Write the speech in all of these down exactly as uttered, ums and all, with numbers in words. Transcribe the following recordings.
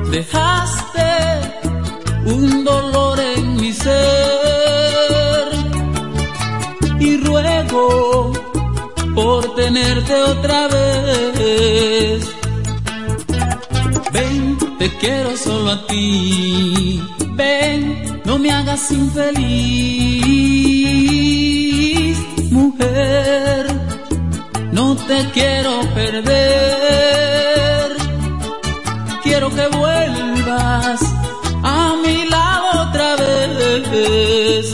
Dejaste un dolor en mi ser y ruego por tenerte otra vez. Ven, te quiero solo a ti. Ven, no me hagas infeliz. Mujer, no te quiero perder. Quiero que vuelvas a mi lado otra vez.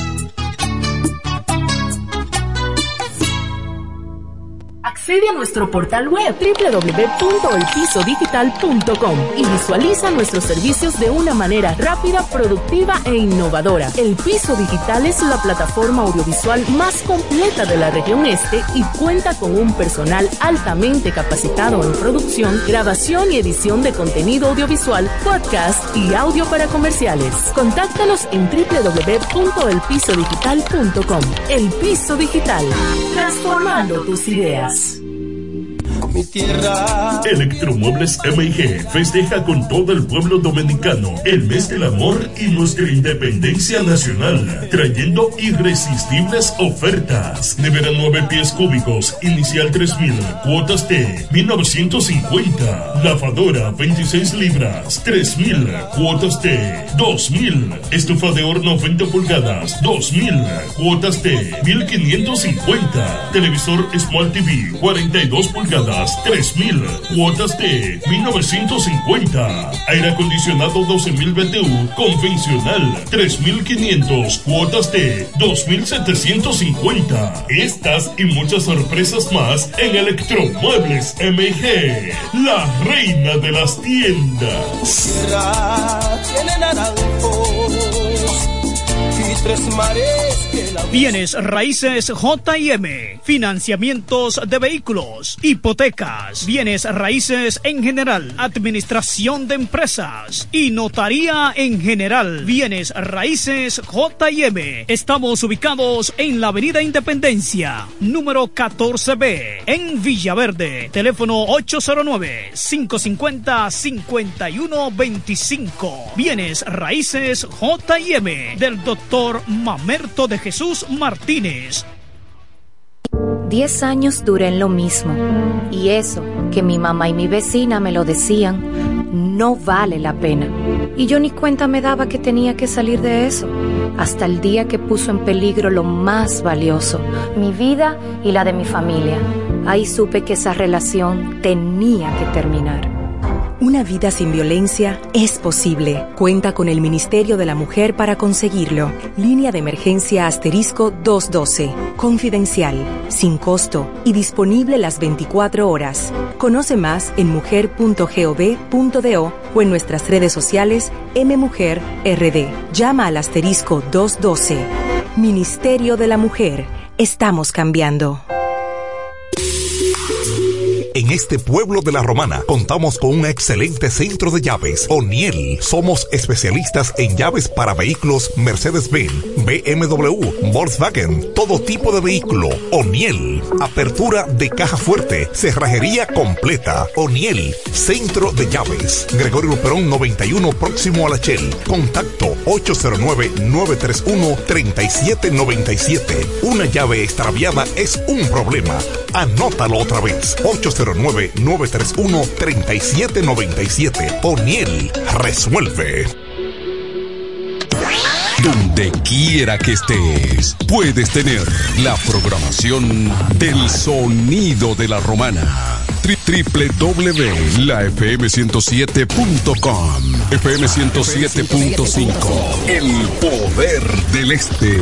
Accede a nuestro portal web doble u doble u doble u punto el piso digital punto com y visualiza nuestros servicios de una manera rápida, productiva e innovadora. El Piso Digital es la plataforma audiovisual más completa de la región este y cuenta con un personal altamente capacitado en producción, grabación y edición de contenido audiovisual, podcast y audio para comerciales. Contáctanos en doble u doble u doble u punto el piso digital punto com. El Piso Digital, transformando tus ideas. Mi tierra. Electromuebles M y G festeja con todo el pueblo dominicano el mes del amor y nuestra independencia nacional, trayendo irresistibles ofertas. Nevera nueve pies cúbicos, inicial tres mil, cuotas de mil novecientos cincuenta. Lavadora veintiséis libras, tres mil, cuotas de dos mil. Estufa de horno veinte pulgadas, dos mil, cuotas de mil quinientos cincuenta. Televisor Smart T V cuarenta y dos pulgadas, tres mil, cuotas de mil novecientos cincuenta. Aire acondicionado doce mil B T U convencional, tres mil quinientos, cuotas de dos mil setecientos cincuenta. Estas y muchas sorpresas más en Electromuebles M y G, la reina de las tiendas. Tierra tiene naranjos y tres mares que la... Bienes raíces J y M, financiamientos de vehículos, hipotecas, bienes raíces en general, administración de empresas y notaría en general. Bienes raíces J y M. Estamos ubicados en la Avenida Independencia, número catorce B, en Villaverde. Teléfono ocho cero nueve, cinco cinco cero, cinco uno dos cinco. Bienes raíces J y M del doctor Mamerto de Jesús Martínez. Diez años duré en lo mismo, y eso, que mi mamá y mi vecina me lo decían, no vale la pena. Y yo ni cuenta me daba que tenía que salir de eso, hasta el día que puso en peligro lo más valioso, mi vida y la de mi familia. Ahí supe que esa relación tenía que terminar. Una vida sin violencia es posible. Cuenta con el Ministerio de la Mujer para conseguirlo. Línea de emergencia asterisco doscientos doce. Confidencial, sin costo y disponible las veinticuatro horas. Conoce más en mujer punto gov punto do o en nuestras redes sociales M Mujer R D. Llama al asterisco doscientos doce. Ministerio de la Mujer. Estamos cambiando. En este pueblo de la Romana contamos con un excelente centro de llaves, O'Neill. Somos especialistas en llaves para vehículos Mercedes-Benz, B M W, Volkswagen, todo tipo de vehículo. O'Neill. Apertura de caja fuerte, cerrajería completa. O'Neill, centro de llaves. Gregorio Perón noventa y uno, próximo a la Shell. Contacto ocho cero nueve, nueve tres uno, tres siete nueve siete. Una llave extraviada es un problema. Anótalo otra vez. ocho cero nueve, nueve tres uno, tres siete nueve siete. O'Neill resuelve. Donde quiera que estés, puedes tener la programación del sonido de la Romana. doble u doble u doble u punto la f m ciento siete punto com. F M ciento siete punto cinco. El poder del este.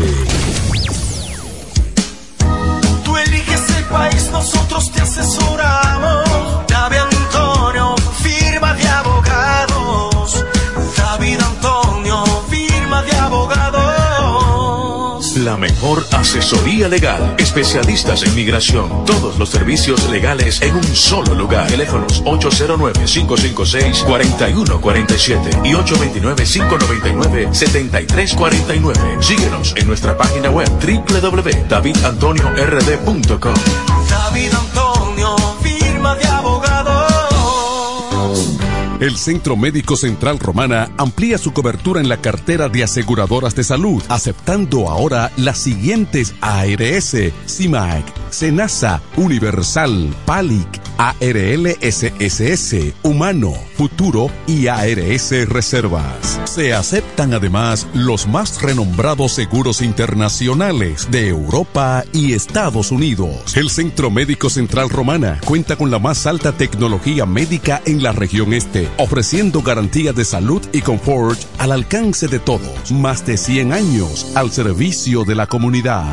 Tú eliges el país, nosotros te asesoramos. David Antonio, firma de abogados. David Antonio, firma de abogados. La mejor asesoría legal, especialistas en migración, todos los servicios legales en un solo lugar. Teléfonos ocho cero nueve, cinco cinco seis, cuatro uno cuatro siete y ocho dos nueve, cinco nueve nueve, siete tres cuatro nueve. Síguenos en nuestra página web doble u doble u doble u punto david antonio r d punto com. David Antonio, firma de abogados. El Centro Médico Central Romana amplía su cobertura en la cartera de aseguradoras de salud, aceptando ahora las siguientes A R S, CIMAC, SENASA, Universal, PALIC, A R L S S S, Humano, Futuro y A R S Reservas. Se aceptan además los más renombrados seguros internacionales de Europa y Estados Unidos. El Centro Médico Central Romana cuenta con la más alta tecnología médica en la región este, ofreciendo garantía de salud y confort al alcance de todos. Más de cien años al servicio de la comunidad.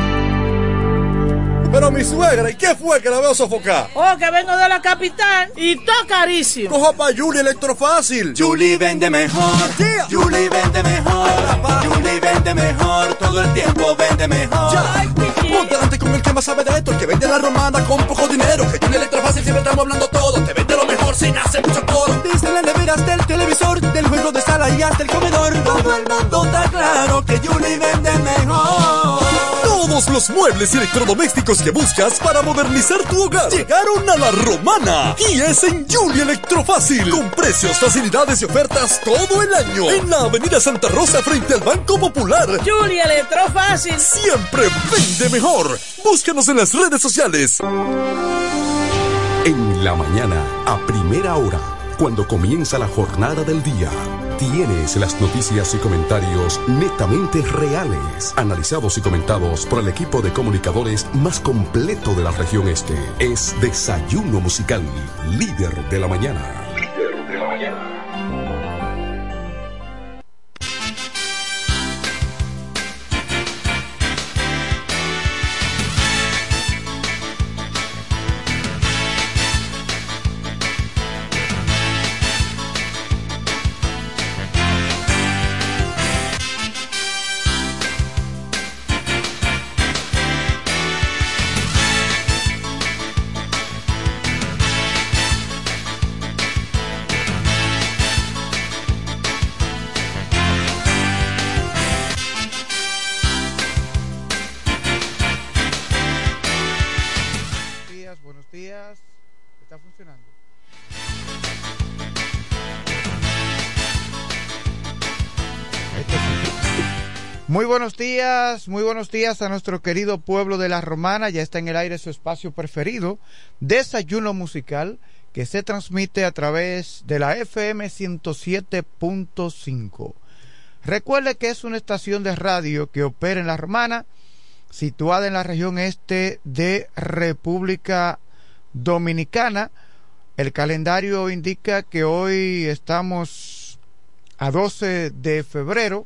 Pero mi suegra, ¿y qué fue que la veo sofocar? Oh, que vengo de la capital y todo carísimo. Coja pa' Julie Electrofácil. Julie vende mejor. Yeah. Julie vende mejor. Julie vende mejor. Todo el tiempo vende mejor. Ponte delante con el que más sabe de esto, el que vende la romana con poco dinero. Que Julie Electrofácil siempre estamos hablando todo. Te vende lo mejor sin hacer mucho coro. Dice las neveras del televisor, del juego de sala y hasta el comedor. Todo el mundo está claro que Julie vende mejor. Todos los muebles y electrodomésticos que buscas para modernizar tu hogar llegaron a la romana y es en Julie Electrofácil, con precios, facilidades y ofertas todo el año en la avenida Santa Rosa frente al Banco Popular. Julie Electrofácil siempre vende mejor. Búscanos en las redes sociales. En la mañana, a primera hora, cuando comienza la jornada del día, tienes las noticias y comentarios netamente reales, analizados y comentados por el equipo de comunicadores más completo de la región este. Es Desayuno Musical, líder de la mañana. Líder de la mañana. Muy buenos días, muy buenos días a nuestro querido pueblo de La Romana. Ya está en el aire su espacio preferido, Desayuno Musical, que se transmite a través de la F M ciento siete punto cinco. Recuerde que es una estación de radio que opera en La Romana, situada en la región este de República Dominicana. El calendario indica que hoy estamos a doce de febrero,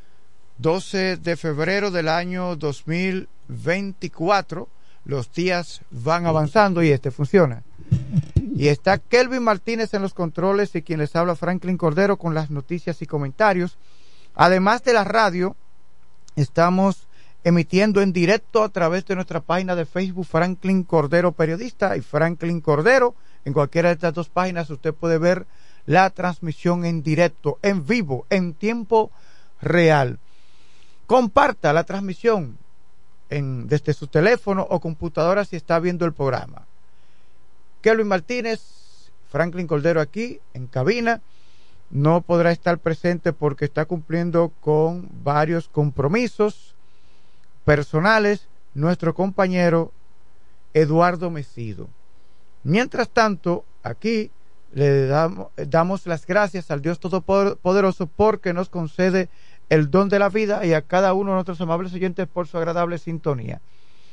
doce de febrero del año dos mil veinticuatro. Los días van avanzando y este funciona. Y está Kelvin Martínez en los controles y quien les habla, Franklin Cordero, con las noticias y comentarios. Además de la radio, estamos emitiendo en directo a través de nuestra página de Facebook, Franklin Cordero Periodista y Franklin Cordero. En cualquiera de estas dos páginas usted puede ver la transmisión en directo, en vivo, en tiempo real. Comparta la transmisión en, desde su teléfono o computadora si está viendo el programa. Kelvin Martínez, Franklin Cordero aquí en cabina. No podrá estar presente porque está cumpliendo con varios compromisos personales nuestro compañero Eduardo Mesido. Mientras tanto, aquí le damos, damos las gracias al Dios Todopoderoso porque nos concede el don de la vida y a cada uno de nuestros amables oyentes por su agradable sintonía.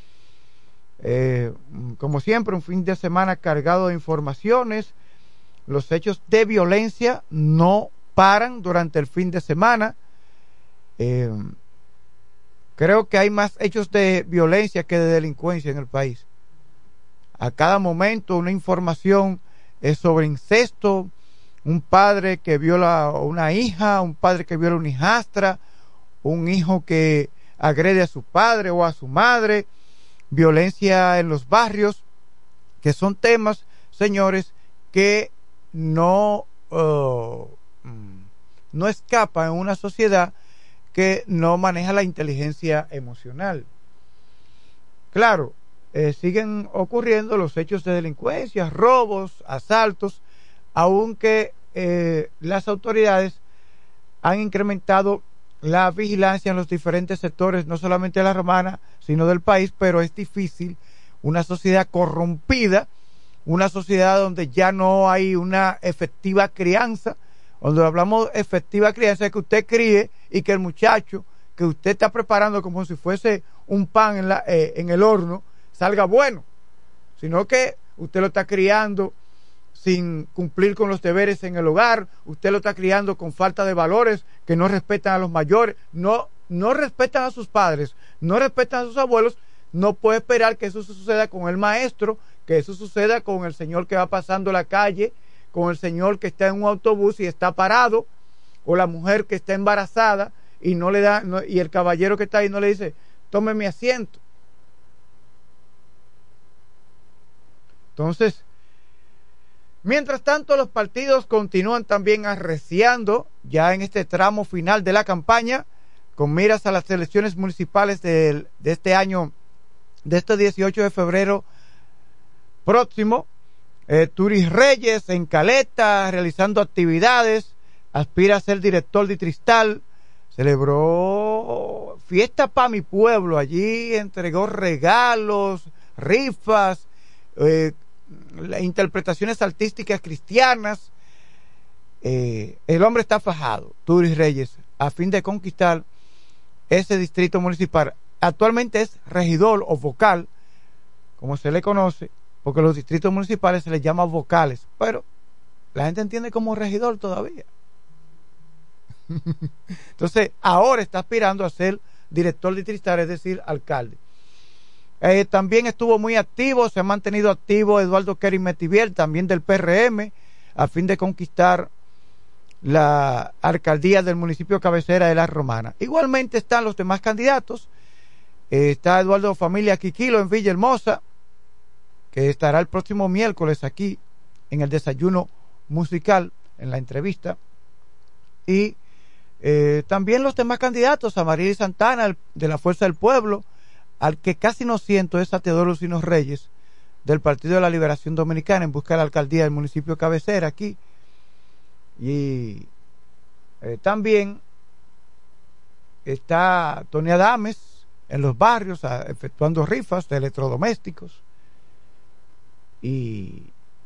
Eh, como siempre, un fin de semana cargado de informaciones. Los hechos de violencia no paran durante el fin de semana. Eh, creo que hay más hechos de violencia que de delincuencia en el país. A cada momento una información es sobre incesto, un padre que viola a una hija, un padre que viola a una hijastra, un hijo que agrede a su padre o a su madre, violencia en los barrios, que son temas, señores, que no, uh, no escapan en una sociedad que no maneja la inteligencia emocional. Claro, eh, siguen ocurriendo los hechos de delincuencia, robos, asaltos, aunque eh, las autoridades han incrementado la vigilancia en los diferentes sectores, no solamente de la Romana, sino del país, pero es difícil, una sociedad corrompida, una sociedad donde ya no hay una efectiva crianza. Cuando hablamos de efectiva crianza es que usted críe y que el muchacho que usted está preparando como si fuese un pan en, la, eh, en el horno salga bueno, sino que usted lo está criando sin cumplir con los deberes en el hogar, usted lo está criando con falta de valores, que no respetan a los mayores, no, no respetan a sus padres, no respetan a sus abuelos. No puede esperar que eso suceda con el maestro, que eso suceda con el señor que va pasando la calle, con el señor que está en un autobús y está parado, o la mujer que está embarazada y no le da, no, y el caballero que está ahí no le dice, tome mi asiento. Entonces, mientras tanto, los partidos continúan también arreciando ya en este tramo final de la campaña, con miras a las elecciones municipales de, de este año, de este dieciocho de febrero próximo. eh, Turis Reyes en Caleta, realizando actividades, aspira a ser director de Tristal, celebró fiesta para mi pueblo, allí entregó regalos, rifas, eh, interpretaciones artísticas cristianas. Eh, el hombre está fajado, Turis Reyes, a fin de conquistar ese distrito municipal. Actualmente es regidor o vocal, como se le conoce, porque los distritos municipales se les llama vocales, pero la gente entiende como regidor todavía. Entonces ahora está aspirando a ser director de Tristar, es decir, alcalde. Eh, también estuvo muy activo, se ha mantenido activo Eduardo Kerry Metivier, también del P R M, a fin de conquistar la alcaldía del municipio cabecera de La Romana. Igualmente están los demás candidatos. Eh, está Eduardo Familia Quiquilo en Villahermosa, que estará el próximo miércoles aquí en el desayuno musical, en la entrevista. Y eh, también los demás candidatos, Amarilis Santana, el, de la Fuerza del Pueblo, al que casi no siento es a Teodoro Lucinos Reyes, del Partido de la Liberación Dominicana, en busca de la alcaldía del municipio cabecera aquí. Y eh, también está Tony Adames en los barrios a, efectuando rifas de electrodomésticos. Y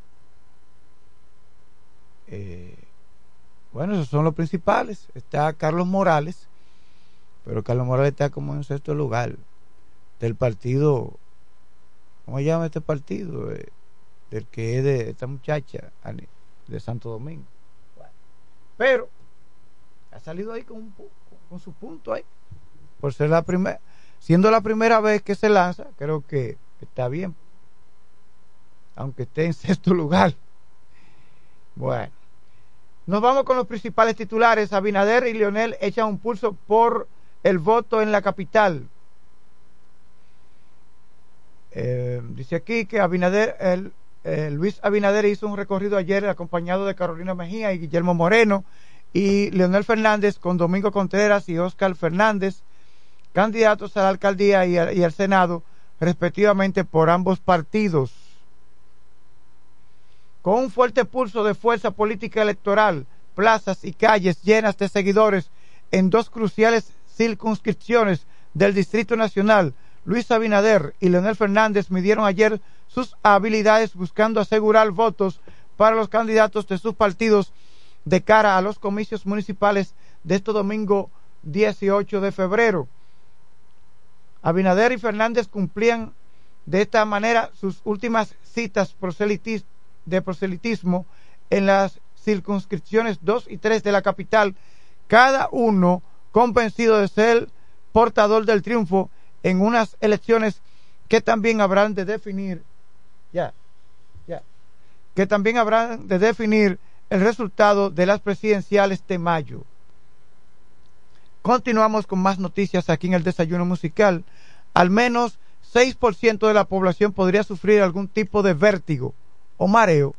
eh, bueno, esos son los principales. Está Carlos Morales, pero Carlos Morales está como en sexto lugar del partido. ¿Cómo se llama este partido? Eh, del que es de esta muchacha de Santo Domingo. Bueno, pero ha salido ahí con, un, con su punto ahí, por ser la primera, siendo la primera vez que se lanza. Creo que está bien, aunque esté en sexto lugar. Bueno, nos vamos con los principales titulares. Abinader y Leonel echan un pulso por el voto en la capital. Eh, dice aquí que Abinader, el, el Luis Abinader hizo un recorrido ayer acompañado de Carolina Mejía y Guillermo Moreno, y Leonel Fernández con Domingo Contreras y Óscar Fernández, candidatos a la alcaldía y, a, y al Senado respectivamente por ambos partidos. Con un fuerte pulso de fuerza política electoral, plazas y calles llenas de seguidores en dos cruciales circunscripciones del Distrito Nacional, Luis Abinader y Leonel Fernández midieron ayer sus habilidades buscando asegurar votos para los candidatos de sus partidos de cara a los comicios municipales de este domingo dieciocho de febrero. Abinader y Fernández cumplían de esta manera sus últimas citas proselitis, de proselitismo en las circunscripciones dos y tres de la capital, cada uno convencido de ser portador del triunfo en unas elecciones que también habrán de definir ya, ya, que también habrán de definir el resultado de las presidenciales de mayo. Continuamos con más noticias aquí en el desayuno musical. Al menos seis por ciento de la población podría sufrir algún tipo de vértigo o mareo.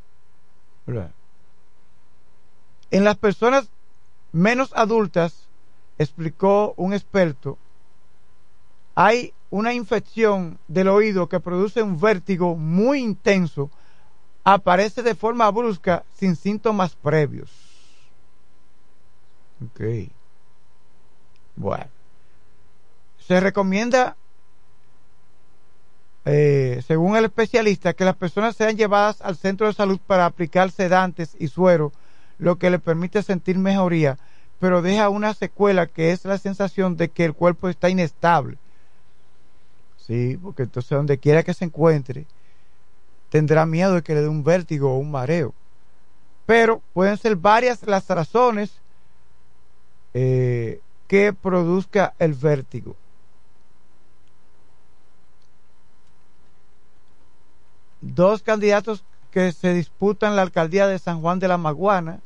En las personas menos adultas, explicó un experto, hay una infección del oído que produce un vértigo muy intenso aparece de forma brusca sin síntomas previos. Ok. Bueno. Se recomienda, eh, según el especialista, que las personas sean llevadas al centro de salud para aplicar sedantes y suero, lo que le permite sentir mejoría, pero deja una secuela que es la sensación de que el cuerpo está inestable. Sí, porque entonces donde quiera que se encuentre tendrá miedo de que le dé un vértigo o un mareo. Pero pueden ser varias las razones eh, que produzca el vértigo. Dos candidatos que se disputan la alcaldía de San Juan de la Maguana.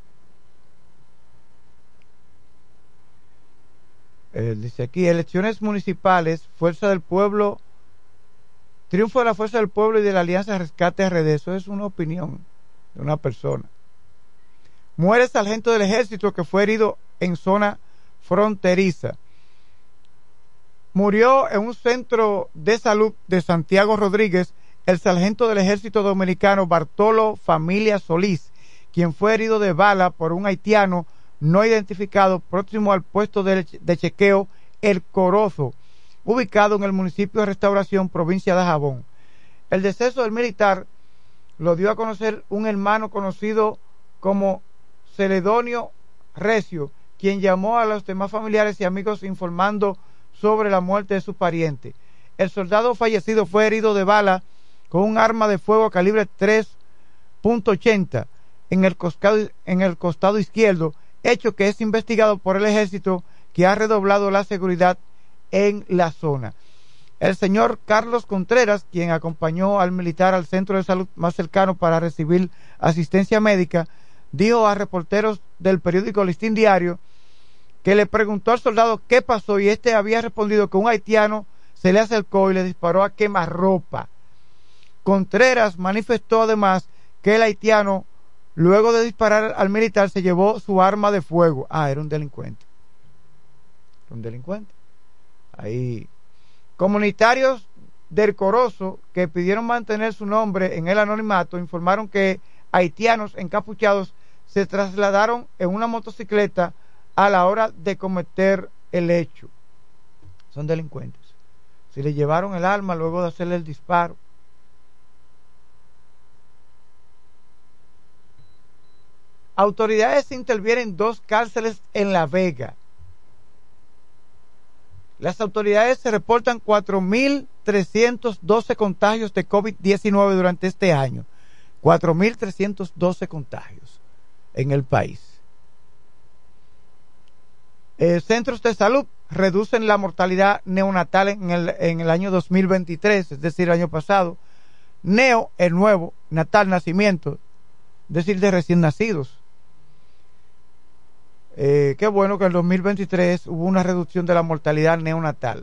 Eh, dice aquí, elecciones municipales, Fuerza del Pueblo, triunfo de la Fuerza del Pueblo y de la Alianza Rescate R D. Eso es una opinión de una persona. Muere sargento del ejército que fue herido en zona fronteriza. Murió en un centro de salud de Santiago Rodríguez el sargento del ejército dominicano Bartolo Familia Solís, quien fue herido de bala por un haitiano no identificado próximo al puesto de, de chequeo El Corozo, ubicado en el municipio de Restauración, provincia de Dajabón. El deceso del militar lo dio a conocer un hermano conocido como Celedonio Recio, quien llamó a los demás familiares y amigos informando sobre la muerte de su pariente. El soldado fallecido fue herido de bala con un arma de fuego calibre tres punto ochenta en el costado, en el costado izquierdo, hecho que es investigado por el ejército, que ha redoblado la seguridad en la zona. El señor Carlos Contreras, quien acompañó al militar al centro de salud más cercano para recibir asistencia médica, dijo a reporteros del periódico Listín Diario que le preguntó al soldado qué pasó, y este había respondido que un haitiano se le acercó y le disparó a quemarropa. Contreras manifestó además que el haitiano, luego de disparar al militar, se llevó su arma de fuego. Ah, era un delincuente. Era un delincuente. Ahí. Comunitarios del Corozo, que pidieron mantener su nombre en el anonimato, informaron que haitianos encapuchados se trasladaron en una motocicleta a la hora de cometer el hecho. Son delincuentes. Si le llevaron el arma luego de hacerle el disparo. Autoridades intervienen en dos cárceles en La Vega. Las autoridades se reportan cuatro mil trescientos doce contagios de COVID diecinueve durante este año. cuatro mil trescientos doce contagios en el país. Eh, centros de salud reducen la mortalidad neonatal en el, en el año dos mil veintitrés, es decir, el año pasado. Neo, el nuevo, natal, nacimiento, es decir, de recién nacidos. Eh, qué bueno que en el dos mil veintitrés hubo una reducción de la mortalidad neonatal.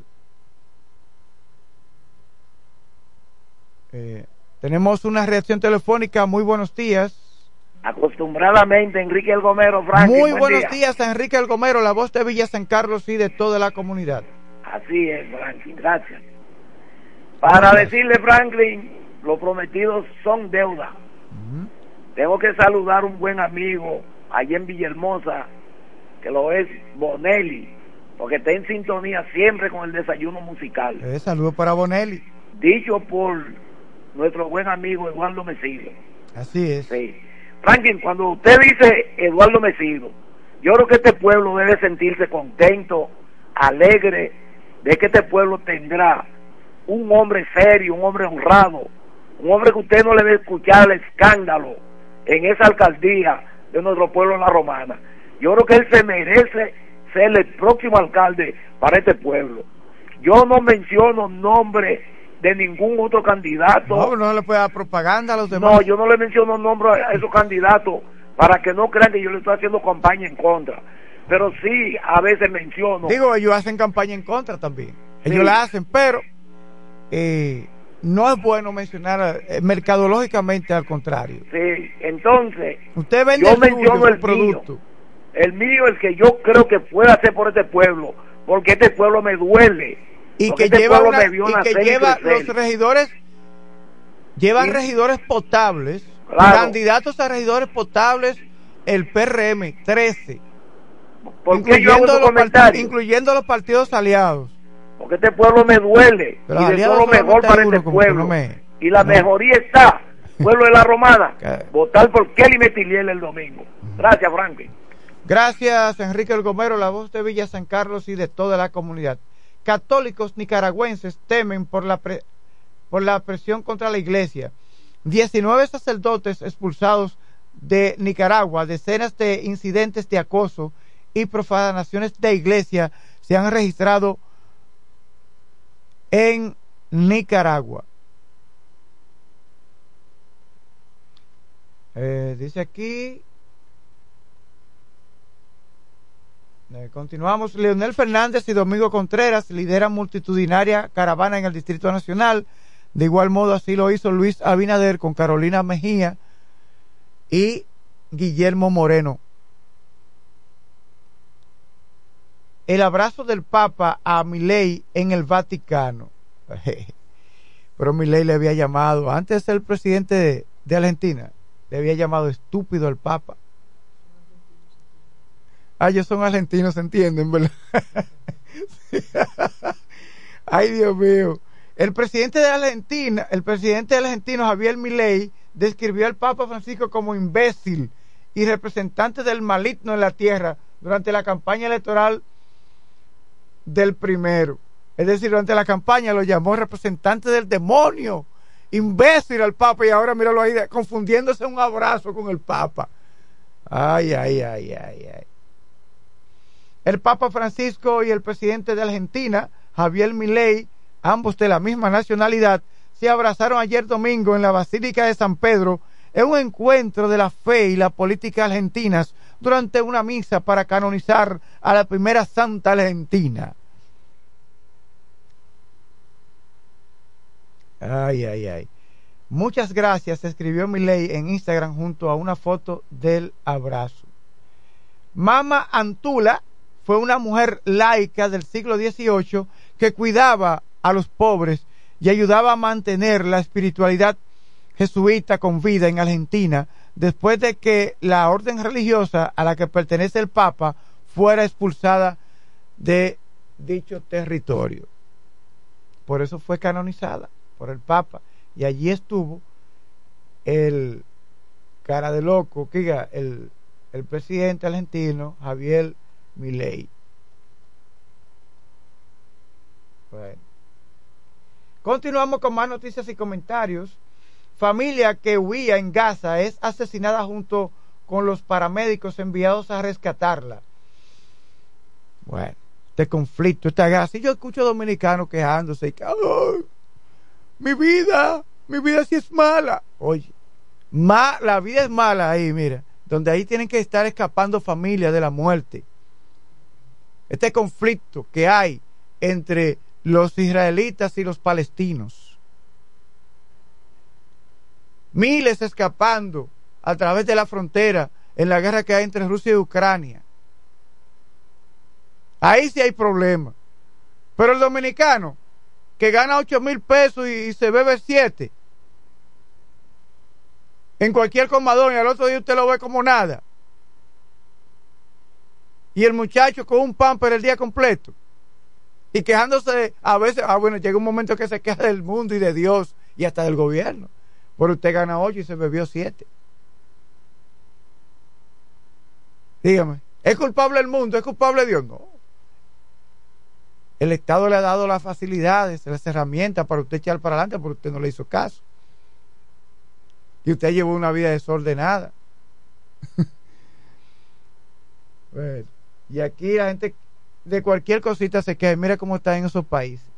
Eh, tenemos una reacción telefónica. Muy buenos días. Acostumbradamente, Enrique El Gomero, Frank. Muy buen buenos día. días, Enrique El Gomero, la voz de Villa San Carlos y de toda la comunidad. Así es, Franklin, gracias. Para gracias. decirle, Franklin, los prometidos son deuda. Uh-huh. Tengo que saludar a un buen amigo allí en Villahermosa, que lo es Bonelli, porque está en sintonía siempre con el desayuno musical. Eh, saludo para Bonelli. Dicho por nuestro buen amigo Eduardo Mesido. Así es. Sí. Franklin, cuando usted dice Eduardo Mesido, yo creo que este pueblo debe sentirse contento, alegre, de que este pueblo tendrá un hombre serio, un hombre honrado, un hombre que usted no le debe escuchar el escándalo en esa alcaldía de nuestro pueblo en La Romana. Yo creo que él se merece ser el próximo alcalde para este pueblo. Yo no menciono nombre de ningún otro candidato. No, no le puede dar propaganda a los demás. No, yo no le menciono nombre a esos candidatos para que no crean que yo le estoy haciendo campaña en contra. Pero sí, a veces menciono. Digo, ellos hacen campaña en contra también. Ellos sí la hacen, pero eh, no es bueno mencionar eh, mercadológicamente, al contrario. Sí, entonces usted vende yo el menciono suyo, el producto. Mío, el mío, el que yo creo que puede hacer por este pueblo, porque este pueblo me duele. Y que este lleva, pueblo una, me vio y que lleva los regidores Llevan Y- regidores potables, Claro. candidatos a regidores potables, el P R M, trece. ¿Por qué yo hago incluyendo esos los comentarios? part- incluyendo los partidos aliados. Porque este pueblo me duele. Pero y los deseo aliados lo mejor solamente para hay uno, este como que pueblo. no me- Y la no. mejoría está, pueblo de la Romana, votar por Kelly Metiliel el domingo. Gracias, Franklin. Gracias, Enrique El Gomero, la voz de Villa San Carlos y de toda la comunidad. Católicos nicaragüenses temen por la, pre- por la presión contra la iglesia. diecinueve sacerdotes expulsados de Nicaragua, decenas de incidentes de acoso y profanaciones de iglesia se han registrado en Nicaragua. Eh, dice aquí... Eh, continuamos. Leonel Fernández y Domingo Contreras lideran multitudinaria caravana en el Distrito Nacional. De igual modo así lo hizo Luis Abinader con Carolina Mejía y Guillermo Moreno. El abrazo del Papa a Milei en el Vaticano. Pero Milei le había llamado, antes de ser el presidente de, de Argentina, le había llamado estúpido al Papa. Ah, ellos son argentinos, se entienden, ¿verdad? Ay, Dios mío. El presidente de Argentina, el presidente argentino Javier Milei describió al Papa Francisco como imbécil y representante del maligno en la tierra durante la campaña electoral del primero. Es decir, durante la campaña lo llamó representante del demonio, imbécil al Papa, y ahora míralo ahí confundiéndose un abrazo con el Papa. Ay, ay, ay, ay, ay. El Papa Francisco y el presidente de Argentina, Javier Milei, ambos de la misma nacionalidad, se abrazaron ayer domingo en la Basílica de San Pedro en un encuentro de la fe y la política argentinas durante una misa para canonizar a la primera santa argentina. Ay, ay, ay. Muchas gracias, escribió Milei en Instagram junto a una foto del abrazo. Mama Antula fue una mujer laica del siglo dieciocho que cuidaba a los pobres y ayudaba a mantener la espiritualidad jesuita con vida en Argentina después de que la orden religiosa a la que pertenece el Papa fuera expulsada de dicho territorio. Por eso fue canonizada por el Papa, y allí estuvo el cara de loco, que diga, el, el presidente argentino Javier Milei. Bueno. Continuamos con más noticias y comentarios. Familia que huía en Gaza es asesinada junto con los paramédicos enviados a rescatarla. Bueno, este conflicto, esta guerra. Si yo escucho dominicanos quejándose y que, ¡ay, mi vida, mi vida sí es mala! Oye, ma, la vida es mala ahí, mira, donde ahí tienen que estar escapando familias de la muerte. Este conflicto que hay entre los israelitas y los palestinos, miles escapando a través de la frontera en la guerra que hay entre Rusia y Ucrania. Ahí sí hay problema. Pero el dominicano que gana ocho mil pesos y, y se bebe siete en cualquier comadón, y al otro día usted lo ve como nada, y el muchacho con un pamper el día completo y quejándose a veces, ah bueno, llega un momento que se queja del mundo y de Dios y hasta del gobierno, pero usted gana ocho y se bebió siete. Dígame, ¿es culpable el mundo? ¿Es culpable Dios? No. El Estado le ha dado las facilidades, las herramientas para usted echar para adelante, porque usted no le hizo caso. Y usted llevó una vida desordenada. Bueno, y aquí la gente de cualquier cosita se queja. Mira cómo está en esos países.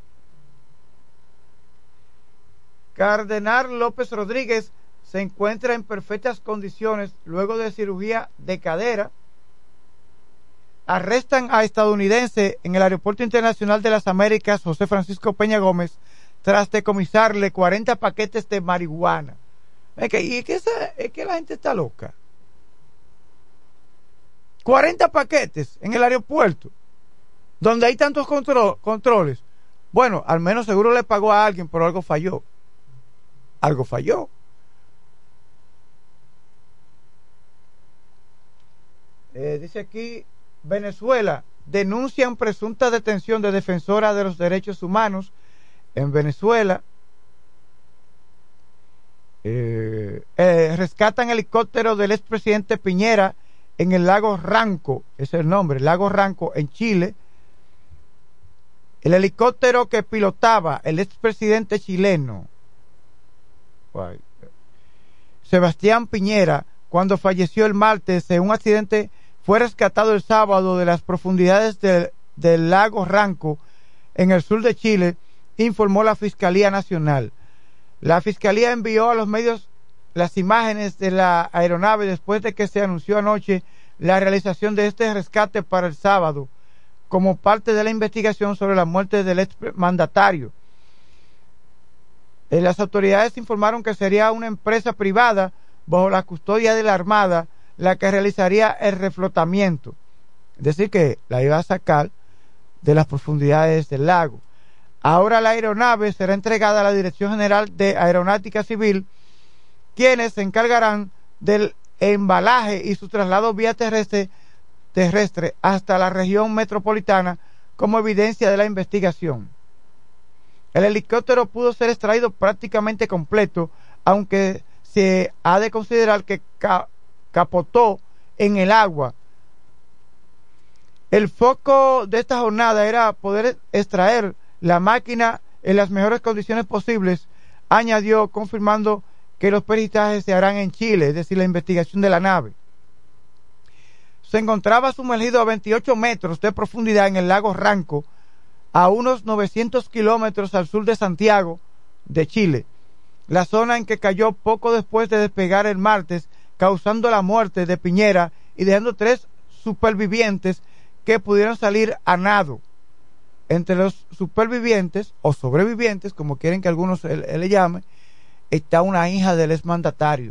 Cardenal López Rodríguez se encuentra en perfectas condiciones luego de cirugía de cadera. Arrestan a estadounidense en el Aeropuerto Internacional de las Américas José Francisco Peña Gómez tras decomisarle cuarenta paquetes de marihuana. Es que, y es que, esa, es que la gente está loca. cuarenta paquetes en el aeropuerto, donde hay tantos control, controles. Bueno, al menos seguro le pagó a alguien, pero algo falló. algo falló. Eh, dice aquí, Venezuela, denuncian presunta detención de defensora de los derechos humanos en Venezuela. Eh, eh, rescatan helicóptero del expresidente Piñera en el lago Ranco, ese es el nombre, lago Ranco, en Chile. El helicóptero que pilotaba el expresidente chileno Sebastián Piñera, cuando falleció el martes en un accidente, fue rescatado el sábado de las profundidades del, del lago Ranco, en el sur de Chile, informó la Fiscalía Nacional. La Fiscalía envió a los medios las imágenes de la aeronave después de que se anunció anoche la realización de este rescate para el sábado, como parte de la investigación sobre la muerte del exmandatario. Eh, las autoridades informaron que sería una empresa privada bajo la custodia de la Armada la que realizaría el reflotamiento, es decir, que la iba a sacar de las profundidades del lago. Ahora la aeronave será entregada a la Dirección General de Aeronáutica Civil, quienes se encargarán del embalaje y su traslado vía terrestre, terrestre hasta la región metropolitana como evidencia de la investigación. El helicóptero pudo ser extraído prácticamente completo, aunque se ha de considerar que ca capotó en el agua. El foco de esta jornada era poder extraer la máquina en las mejores condiciones posibles, añadió, confirmando que los peritajes se harán en Chile, es decir, la investigación de la nave. Se encontraba sumergido a veintiocho metros de profundidad en el lago Ranco, a unos novecientos kilómetros al sur de Santiago, de Chile, la zona en que cayó poco después de despegar el martes, causando la muerte de Piñera y dejando tres supervivientes que pudieron salir a nado. Entre los supervivientes, o sobrevivientes, como quieren que algunos él, él le llame, está una hija del exmandatario.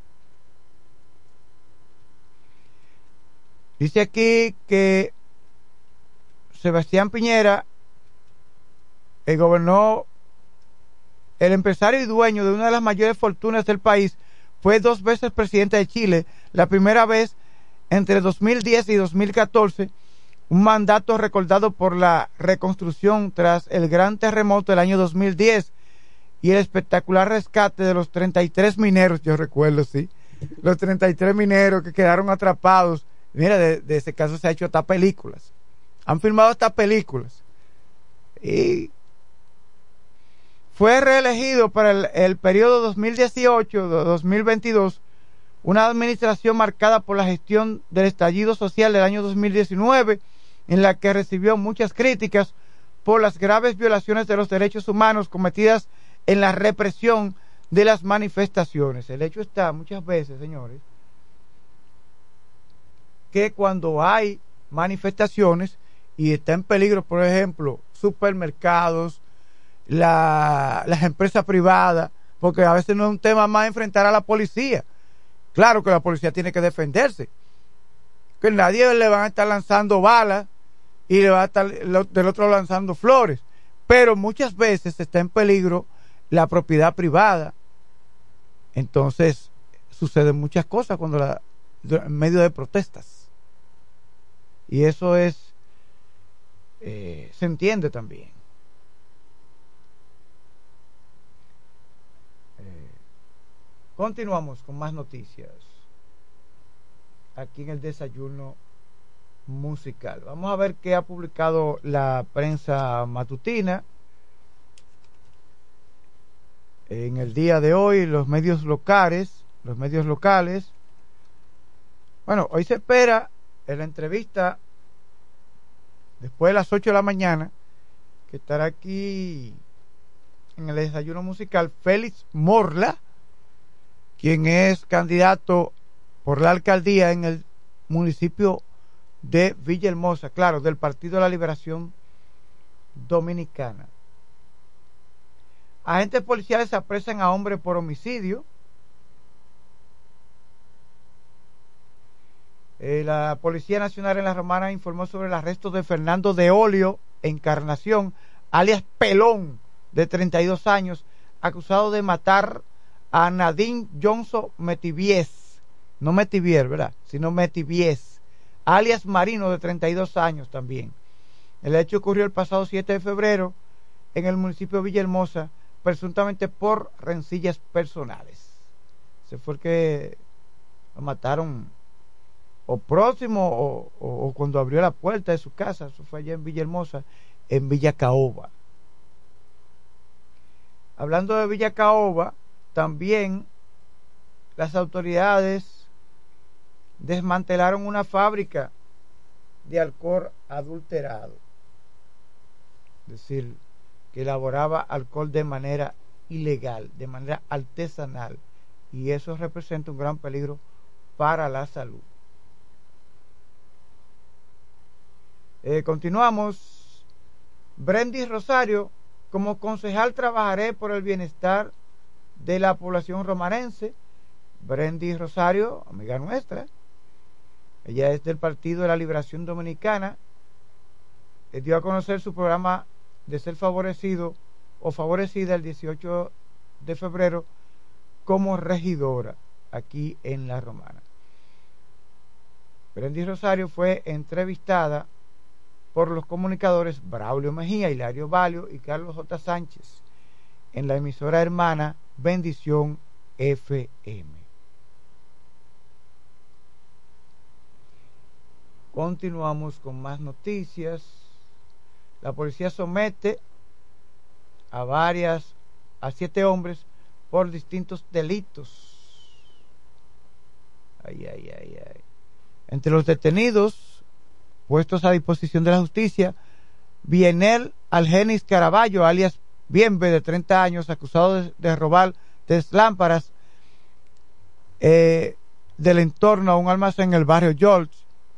Dice aquí que Sebastián Piñera el gobernó, el empresario y dueño de una de las mayores fortunas del país, fue dos veces presidente de Chile, la primera vez entre dos mil diez y dos mil catorce, un mandato recordado por la reconstrucción tras el gran terremoto del año dos mil diez y el espectacular rescate de los treinta y tres mineros, yo recuerdo, sí, los treinta y tres mineros que quedaron atrapados. Mira, de, de ese caso se ha hecho hasta películas, han filmado hasta películas, y fue reelegido para el, el periodo dos mil dieciocho a dos mil veintidós, una administración marcada por la gestión del estallido social del año dos mil diecinueve, en la que recibió muchas críticas por las graves violaciones de los derechos humanos cometidas en la represión de las manifestaciones. El hecho está muchas veces, señores, que cuando hay manifestaciones y está en peligro, por ejemplo, supermercados, la, las empresas privadas, porque a veces no es un tema más enfrentar a la policía. Claro que la policía tiene que defenderse, que nadie le van a estar lanzando balas y le va a estar del otro lanzando flores, pero muchas veces está en peligro la propiedad privada. Entonces suceden muchas cosas cuando la, en medio de protestas, y eso es eh, se entiende también. eh, continuamos con más noticias aquí en el desayuno musical. Vamos a ver qué ha publicado la prensa matutina en el día de hoy, los medios locales, los medios locales. Bueno, hoy se espera en la entrevista después de las ocho de la mañana, que estará aquí en el desayuno musical Félix Morla, quien es candidato por la alcaldía en el municipio de Villahermosa, claro, del Partido de la Liberación Dominicana. Agentes policiales apresan a hombre por homicidio. Eh, la Policía Nacional en La Romana informó sobre el arresto de Fernando de Olio Encarnación, alias Pelón, de treinta y dos años, acusado de matar a Nadine Johnson Metivies, no Metivier, ¿verdad? Sino Metivies, alias Marino, de treinta y dos años también. El hecho ocurrió el pasado siete de febrero en el municipio de Villahermosa, presuntamente por rencillas personales. Se fue el que lo mataron o próximo o, o, o cuando abrió la puerta de su casa. Eso fue allá en Villahermosa, en Villa Caoba. Hablando de Villa Caoba, también las autoridades desmantelaron una fábrica de alcohol adulterado, es decir, que elaboraba alcohol de manera ilegal, de manera artesanal, y eso representa un gran peligro para la salud. Eh, continuamos. Brendis Rosario: como concejal trabajaré por el bienestar de la población romanense. Brendis Rosario, amiga nuestra, ella es del Partido de la Liberación Dominicana, eh, dio a conocer su programa de ser favorecido o favorecida el dieciocho de febrero como regidora aquí en La Romana. Brendis Rosario fue entrevistada por los comunicadores Braulio Mejía, Hilario Valio y Carlos J. Sánchez en la emisora hermana Bendición F M. Continuamos con más noticias. La policía somete a varias, a siete hombres por distintos delitos. Ay, ay, ay, ay. Entre los detenidos puestos a disposición de la justicia, Bienel Algenis Caraballo, alias Bienve, de treinta años, acusado de, de robar deslámparas eh, del entorno a un almacén en el barrio George.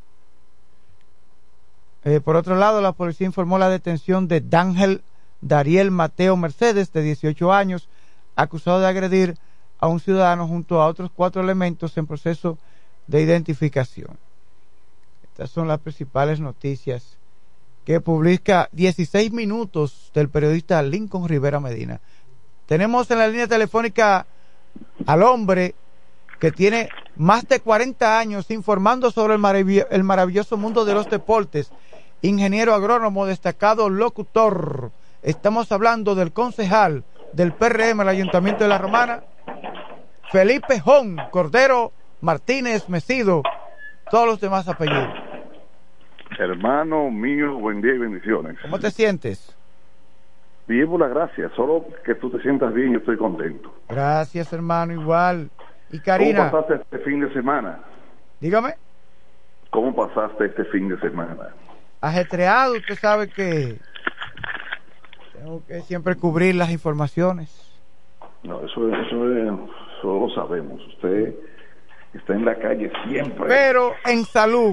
Eh, por otro lado, la policía informó la detención de Dángel Dariel Mateo Mercedes, de dieciocho años, acusado de agredir a un ciudadano junto a otros cuatro elementos en proceso de identificación. Estas son las principales noticias que publica dieciséis minutos del periodista Lincoln Rivera Medina. Tenemos en la línea telefónica al hombre que tiene más de cuarenta años informando sobre el, marav- el maravilloso mundo de los deportes, ingeniero agrónomo, destacado locutor. Estamos hablando del concejal del P R M, el Ayuntamiento de La Romana, Felipe Jón Cordero Martínez Mesido, todos los demás apellidos. Hermano mío, buen día y bendiciones. ¿Cómo te sientes? Bien, por la gracia, solo que tú te sientas bien, yo estoy contento. Gracias, hermano, igual. Y Karina, ¿cómo pasaste este fin de semana? Dígame. ¿Cómo pasaste este fin de semana? Ajetreado, usted sabe que tengo que siempre cubrir las informaciones. No, eso, eso, es, eso lo sabemos. Usted está en la calle siempre. Pero en salud.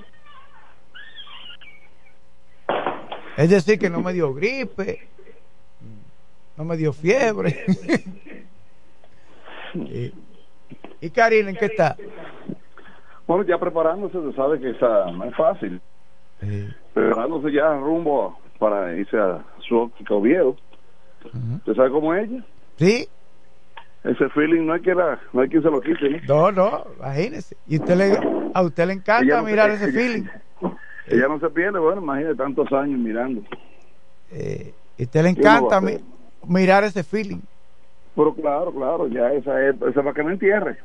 Es decir, que no me dio gripe, no me dio fiebre. y, y Karina, ¿en qué está? Bueno, ya preparándose, se sabe que esa no es fácil. Sí. Preparándose ya rumbo para irse a su óptica Oviedo. Uh-huh. ¿Usted sabe cómo es ella? Sí. Ese feeling no hay que la, no hay quien se lo quite, ¿no? No, no, imagínese. Y usted le, a usted le encanta no mirar se, ese ella, feeling. Ella no se pierde, bueno, imagínate tantos años mirando. Eh, y a usted le encanta mi, mirar ese feeling. Pero claro, claro, ya esa es, esa es para que me entierre.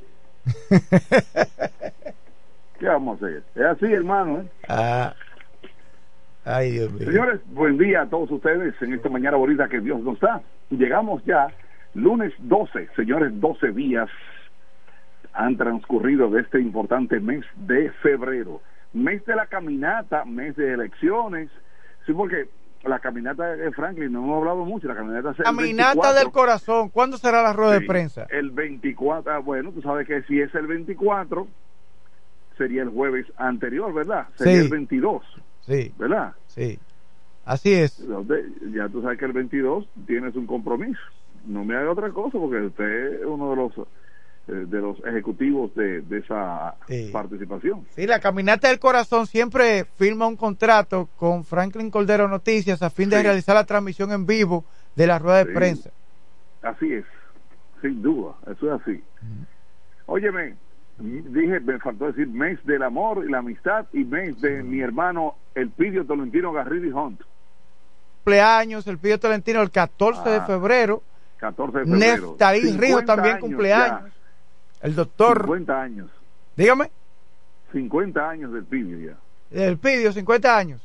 ¿Qué vamos a hacer? Es así, hermano, ¿eh? Ah. Ay, Dios mío. Señores, buen día a todos ustedes en esta mañana bonita que Dios nos da. Llegamos ya, lunes doce, señores, doce días han transcurrido de este importante mes de febrero. Mes de la caminata, mes de elecciones. Sí, porque la caminata de Franklin, no hemos hablado mucho, la caminata será caminata del corazón. ¿Cuándo será la rueda sí, de prensa? El veinticuatro, ah, bueno, tú sabes que si es el veinticuatro, sería el jueves anterior, ¿verdad? Sería sí. el veintidós. Sí. ¿Verdad? Sí. Así es. Entonces, ya tú sabes que el veintidós tienes un compromiso. No me haga otra cosa porque usted es uno de los de los ejecutivos de, de esa sí. participación. Sí, la Caminata del Corazón siempre firma un contrato con Franklin Cordero Noticias a fin de sí. realizar la transmisión en vivo de la rueda de sí. prensa. Así es. sin duda, eso es así. Uh-huh. Óyeme, dije, me faltó decir mes del amor y la amistad y mes de uh-huh. mi hermano Elpidio Tolentino Garrido Hunt. Cumpleaños Elpidio Tolentino el catorce ah, de febrero. catorce de febrero. Neftalí Ríos también cumpleaños. Ya. El doctor. cincuenta años. Dígame. cincuenta años del Elpidio ya. Elpidio, cincuenta años.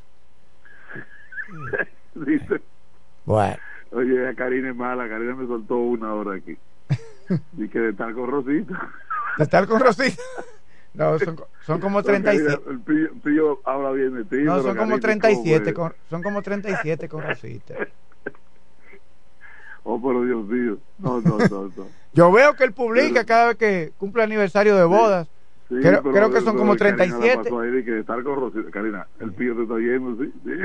Dice. Bueno. Oye, Karina es mala, Karina me soltó una hora aquí. Dije de estar con Rosita. ¿De estar con Rosita? No, son, son como treinta y siete. El pillo, pillo habla bien de ti. No, son como treinta y siete, con, son como treinta y siete con Rosita. Oh, pero Dios mío. No, no, no, no. Yo veo que él publica pero, cada vez que cumple aniversario de bodas. Sí, creo, pero, creo que son como treinta y siete. Pasó ahí de que estar con Rosita. Karina, el pillo te está oyendo, sí. sí.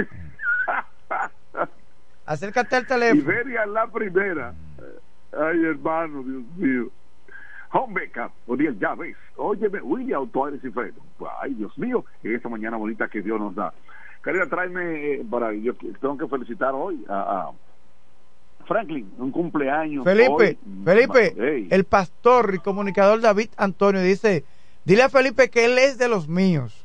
Acércate al teléfono. Iberia la primera. Ay, hermano, Dios mío. Homebeca, Odiel Llaves. Óyeme, William Autores y Fredo. Ay, Dios mío, en esta mañana bonita que Dios nos da. Karina, tráeme eh, para. Yo tengo que felicitar hoy a, a Franklin, un cumpleaños. Felipe, hoy. Felipe, hey. El pastor y comunicador David Antonio dice: dile a Felipe que él es de los míos.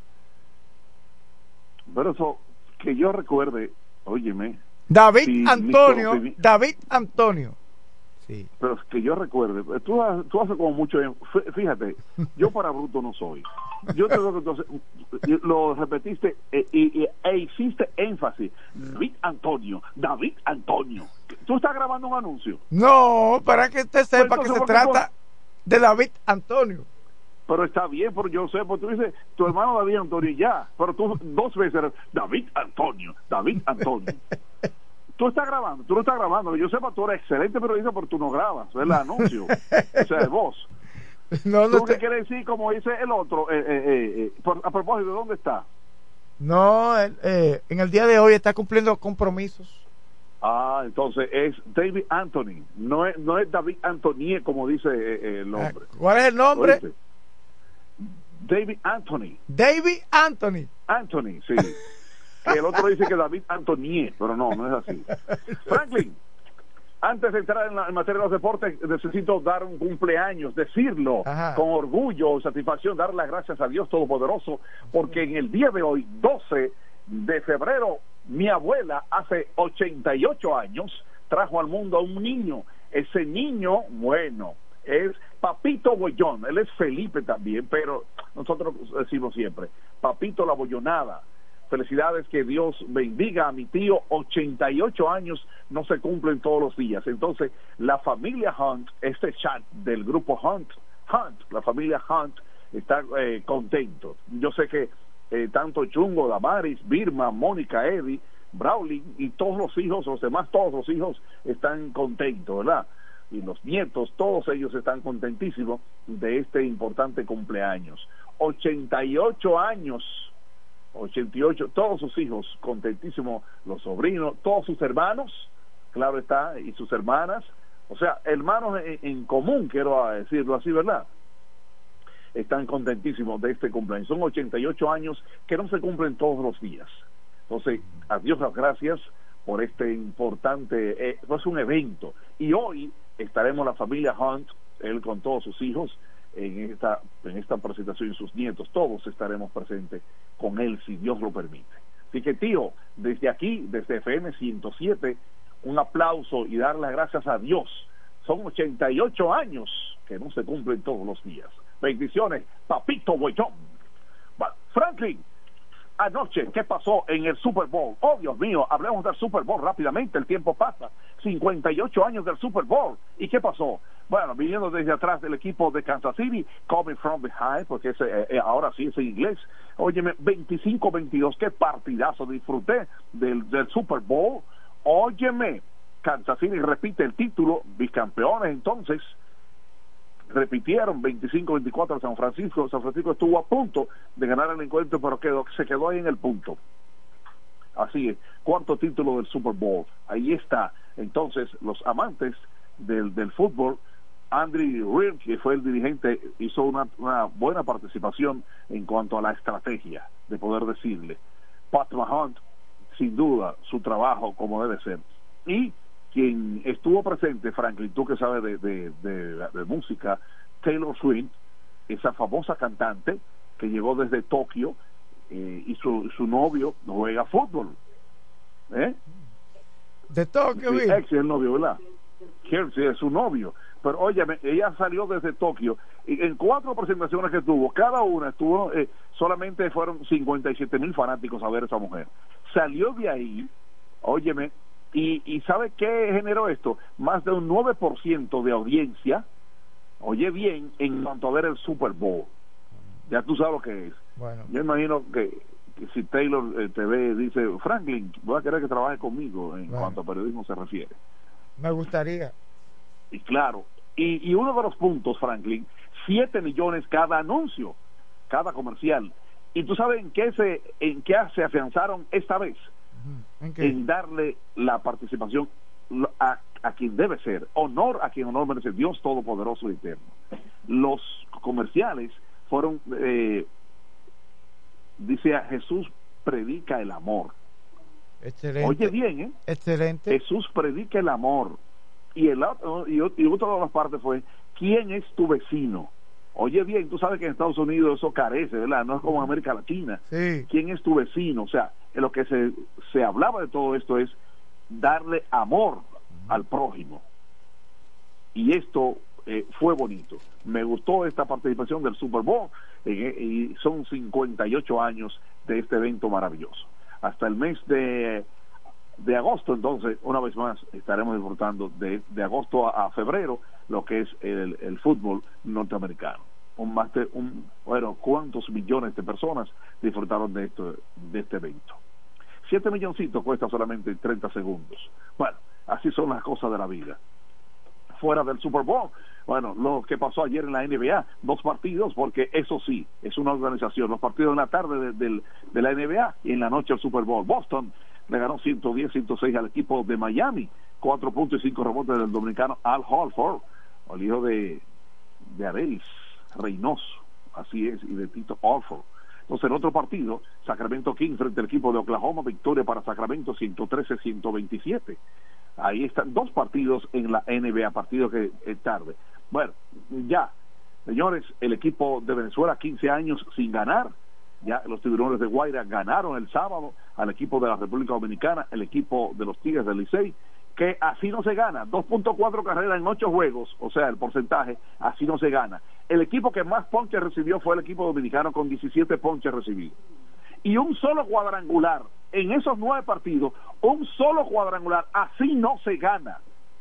Pero eso, que yo recuerde, óyeme. David si Antonio, mi, David Antonio. Sí. Pero que yo recuerde, tú, tú haces como mucho, fíjate, yo para bruto no soy. Yo te digo que entonces lo repetiste e, e, e hiciste énfasis. David Antonio, David Antonio. ¿Tú estás grabando un anuncio? No, para que usted sepa entonces, que se trata tú... de David Antonio. Pero está bien, pero yo sé, porque tú dices, tu hermano David Antonio y ya, pero tú dos veces eres David Antonio, David Antonio. Tú estás grabando, tú no estás grabando, yo sepa, tú eres excelente periodista, pero tú no grabas, es el anuncio, o sea, de voz. No, no ¿Tú te... qué quieres decir, como dice el otro, eh, eh, eh, por, a propósito, ¿dónde está? No, eh, en el día de hoy está cumpliendo compromisos. Ah, entonces es David Anthony, no es, no es David Anthony, como dice eh, el nombre. ¿Cuál es el nombre? ¿Oíste? David Anthony. David Anthony. Anthony, sí. El otro dice que David Anthony, pero no, no es así. Franklin, antes de entrar en, la, en materia de los deportes, necesito dar un cumpleaños, decirlo Ajá. con orgullo, satisfacción, dar las gracias a Dios Todopoderoso, porque en el día de hoy, doce de febrero, mi abuela, hace ochenta y ocho años, trajo al mundo a un niño. Ese niño, bueno, es Papito Bollón, él es Felipe también, pero nosotros decimos siempre, Papito la Bollonada. Felicidades, que Dios bendiga a mi tío, ochenta y ocho años no se cumplen todos los días. Entonces, la familia Hunt, este chat del grupo Hunt, Hunt, la familia Hunt, está eh, contento. Yo sé que eh, tanto Chungo, Damaris, Birma, Mónica, Eddie, Brawley y todos los hijos, los demás, todos los hijos están contentos, ¿verdad? Y los nietos, todos ellos están contentísimos de este importante cumpleaños. ochenta y ocho años, ochenta y ocho, todos sus hijos contentísimos, los sobrinos, todos sus hermanos, claro está, y sus hermanas, o sea, hermanos en, en común, quiero decirlo así, ¿verdad? Están contentísimos de este cumpleaños. Son ochenta y ocho años que no se cumplen todos los días. Entonces, a Dios las gracias por este importante, eh, es un evento. Y hoy estaremos la familia Hunt, él con todos sus hijos, en esta en esta presentación, y sus nietos, todos estaremos presentes con él, si Dios lo permite. Así que, tío, desde aquí, desde F M ciento siete, un aplauso y dar las gracias a Dios. Son ochenta y ocho años que no se cumplen todos los días. Bendiciones, Papito Bollón. Bueno, Franklin, anoche, ¿qué pasó en el Super Bowl? Oh, Dios mío, hablemos del Super Bowl rápidamente, el tiempo pasa. cincuenta y ocho años del Super Bowl. ¿Y qué pasó? Bueno, viniendo desde atrás del equipo de Kansas City, coming from behind, porque ese, eh, ahora sí es en inglés. Óyeme, veinticinco veintidós, qué partidazo disfruté del, del Super Bowl. Óyeme, Kansas City repite el título, bicampeones entonces. Repitieron veinticinco veinticuatro a San Francisco. San Francisco estuvo a punto de ganar el encuentro, pero quedó, se quedó ahí en el punto. Así es, cuarto título del Super Bowl. Ahí está. Entonces, los amantes del, del fútbol, Andrew Reid, que fue el dirigente, hizo una, una buena participación en cuanto a la estrategia, de poder decirle. Pat Mahomes, sin duda, su trabajo como debe ser. Y quien estuvo presente, Franklin, tú que sabes de, de, de, de música, Taylor Swift, esa famosa cantante que llegó desde Tokio, eh, y su, su novio juega fútbol. ¿Eh? De Tokio, sí, ex es el novio, ¿verdad? Sí, es su novio. Pero óyeme, ella salió desde Tokio y en cuatro presentaciones que tuvo, cada una estuvo, eh, solamente fueron cincuenta y siete mil fanáticos a ver a esa mujer. Salió de ahí, óyeme, y, y ¿sabe qué generó esto? Más de un nueve por ciento de audiencia, oye bien, en cuanto a ver el Super Bowl. Ya tú sabes lo que es. Bueno. Yo imagino que, que si Taylor eh, te ve, dice, Franklin, voy a querer que trabaje conmigo en bueno. cuanto a periodismo se refiere. Me gustaría. Y claro, y, y uno de los puntos, Franklin, siete millones cada anuncio, cada comercial. ¿Y tú sabes en qué se, en qué se afianzaron esta vez? ¿En qué? En darle la participación a, a quien debe ser, honor a quien honor merece, Dios Todopoderoso y Eterno. Los comerciales fueron, eh, dice, Jesús predica el amor. Excelente. Oye bien, ¿eh? Excelente. Jesús predica el amor. Y, el, y, y otra de las partes fue, ¿quién es tu vecino? Oye bien, tú sabes que en Estados Unidos eso carece, ¿verdad? No es como en América Latina. Sí. ¿Quién es tu vecino? O sea, en lo que se, se hablaba de todo esto es darle amor al prójimo. Y esto eh, fue bonito. Me gustó esta participación del Super Bowl, eh, y son cincuenta y ocho años de este evento maravilloso. Hasta el mes de, de agosto, entonces, una vez más, estaremos disfrutando de, de agosto a, a febrero lo que es el, el fútbol norteamericano. Un más de, un, bueno, ¿cuántos millones de personas disfrutaron de, esto, de este evento? Siete milloncitos cuesta solamente treinta segundos. Bueno, así son las cosas de la vida. Fuera del Super Bowl, bueno, lo que pasó ayer en la N B A, dos partidos, porque eso sí, es una organización, los partidos en la tarde de, de, de la N B A y en la noche el Super Bowl. Boston le ganó ciento diez a ciento seis al equipo de Miami, cuatro puntos y cinco rebotes del dominicano Al Horford, el hijo de, de Arelis Reynoso, así es, y de Tito Horford. Entonces, en otro partido, Sacramento Kings frente al equipo de Oklahoma, victoria para Sacramento ciento trece a ciento veintisiete. Ahí están dos partidos en la N B A, partidos que es tarde. Bueno, ya, señores, el equipo de Venezuela, quince años sin ganar. Ya los Tiburones de Guaira ganaron el sábado al equipo de la República Dominicana, el equipo de los Tigres del Licey, que así no se gana, dos punto cuatro carreras en ocho juegos, o sea, el porcentaje, así no se gana. El equipo que más ponches recibió fue el equipo dominicano con diecisiete ponches recibidos. Y un solo cuadrangular, en esos nueve partidos, un solo cuadrangular, así no se gana.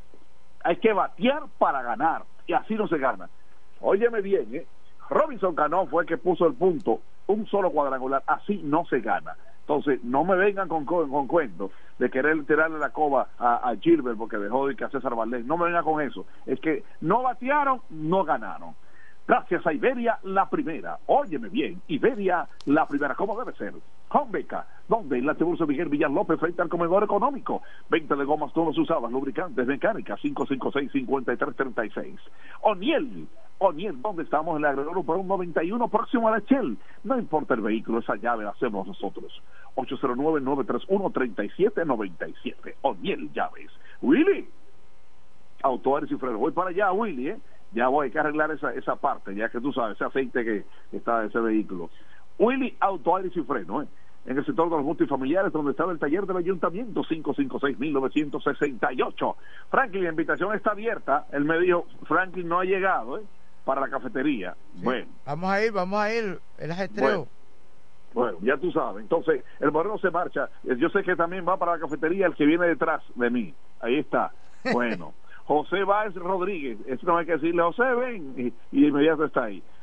Hay que batear para ganar, y así no se gana. Óyeme bien, ¿eh? Robinson Cano fue el que puso el punto, un solo cuadrangular, así no se gana. Entonces, no me vengan con, con, con cuentos de querer tirarle la coba a, a Gilbert porque dejó de que a César Valdés. No me vengan con eso. Es que no batearon, no ganaron. Gracias a Iberia, la primera. Óyeme bien, Iberia, la primera, como debe ser. Con beca, donde en la Tiburcio Miguel Villar López frente al comedor económico. Venta de gomas todos usadas, lubricantes, mecánicas, cinco cinco seis, cinco tres tres seis. O'Neill, O'Neill, donde estamos en la Agregado por un noventa y uno próximo a la Shell. No importa el vehículo, esa llave la hacemos nosotros. ocho cero nueve, nueve tres uno, tres siete nueve siete. O'Neill Llaves. Willy, Autoares y Frenos. Voy para allá, Willy, ¿eh? Ya voy, hay que arreglar esa, esa parte, ya que tú sabes, ese aceite que está de ese vehículo. Willy Auto, Aires y Freno, ¿eh? En el sector de los multifamiliares, donde estaba el taller del ayuntamiento, cinco cinco seis, mil novecientos sesenta y ocho. Franklin, la invitación está abierta. Él me dijo, Franklin no ha llegado, ¿eh? Para la cafetería. Sí. Bueno. Vamos a ir, vamos a ir, el ajetreo. Bueno, bueno, ya tú sabes. Entonces, el moreno se marcha. Yo sé que también va para la cafetería el que viene detrás de mí. Ahí está. Bueno. José Báez Rodríguez, eso no hay que decirle, José, ven, y, y de inmediato está ahí.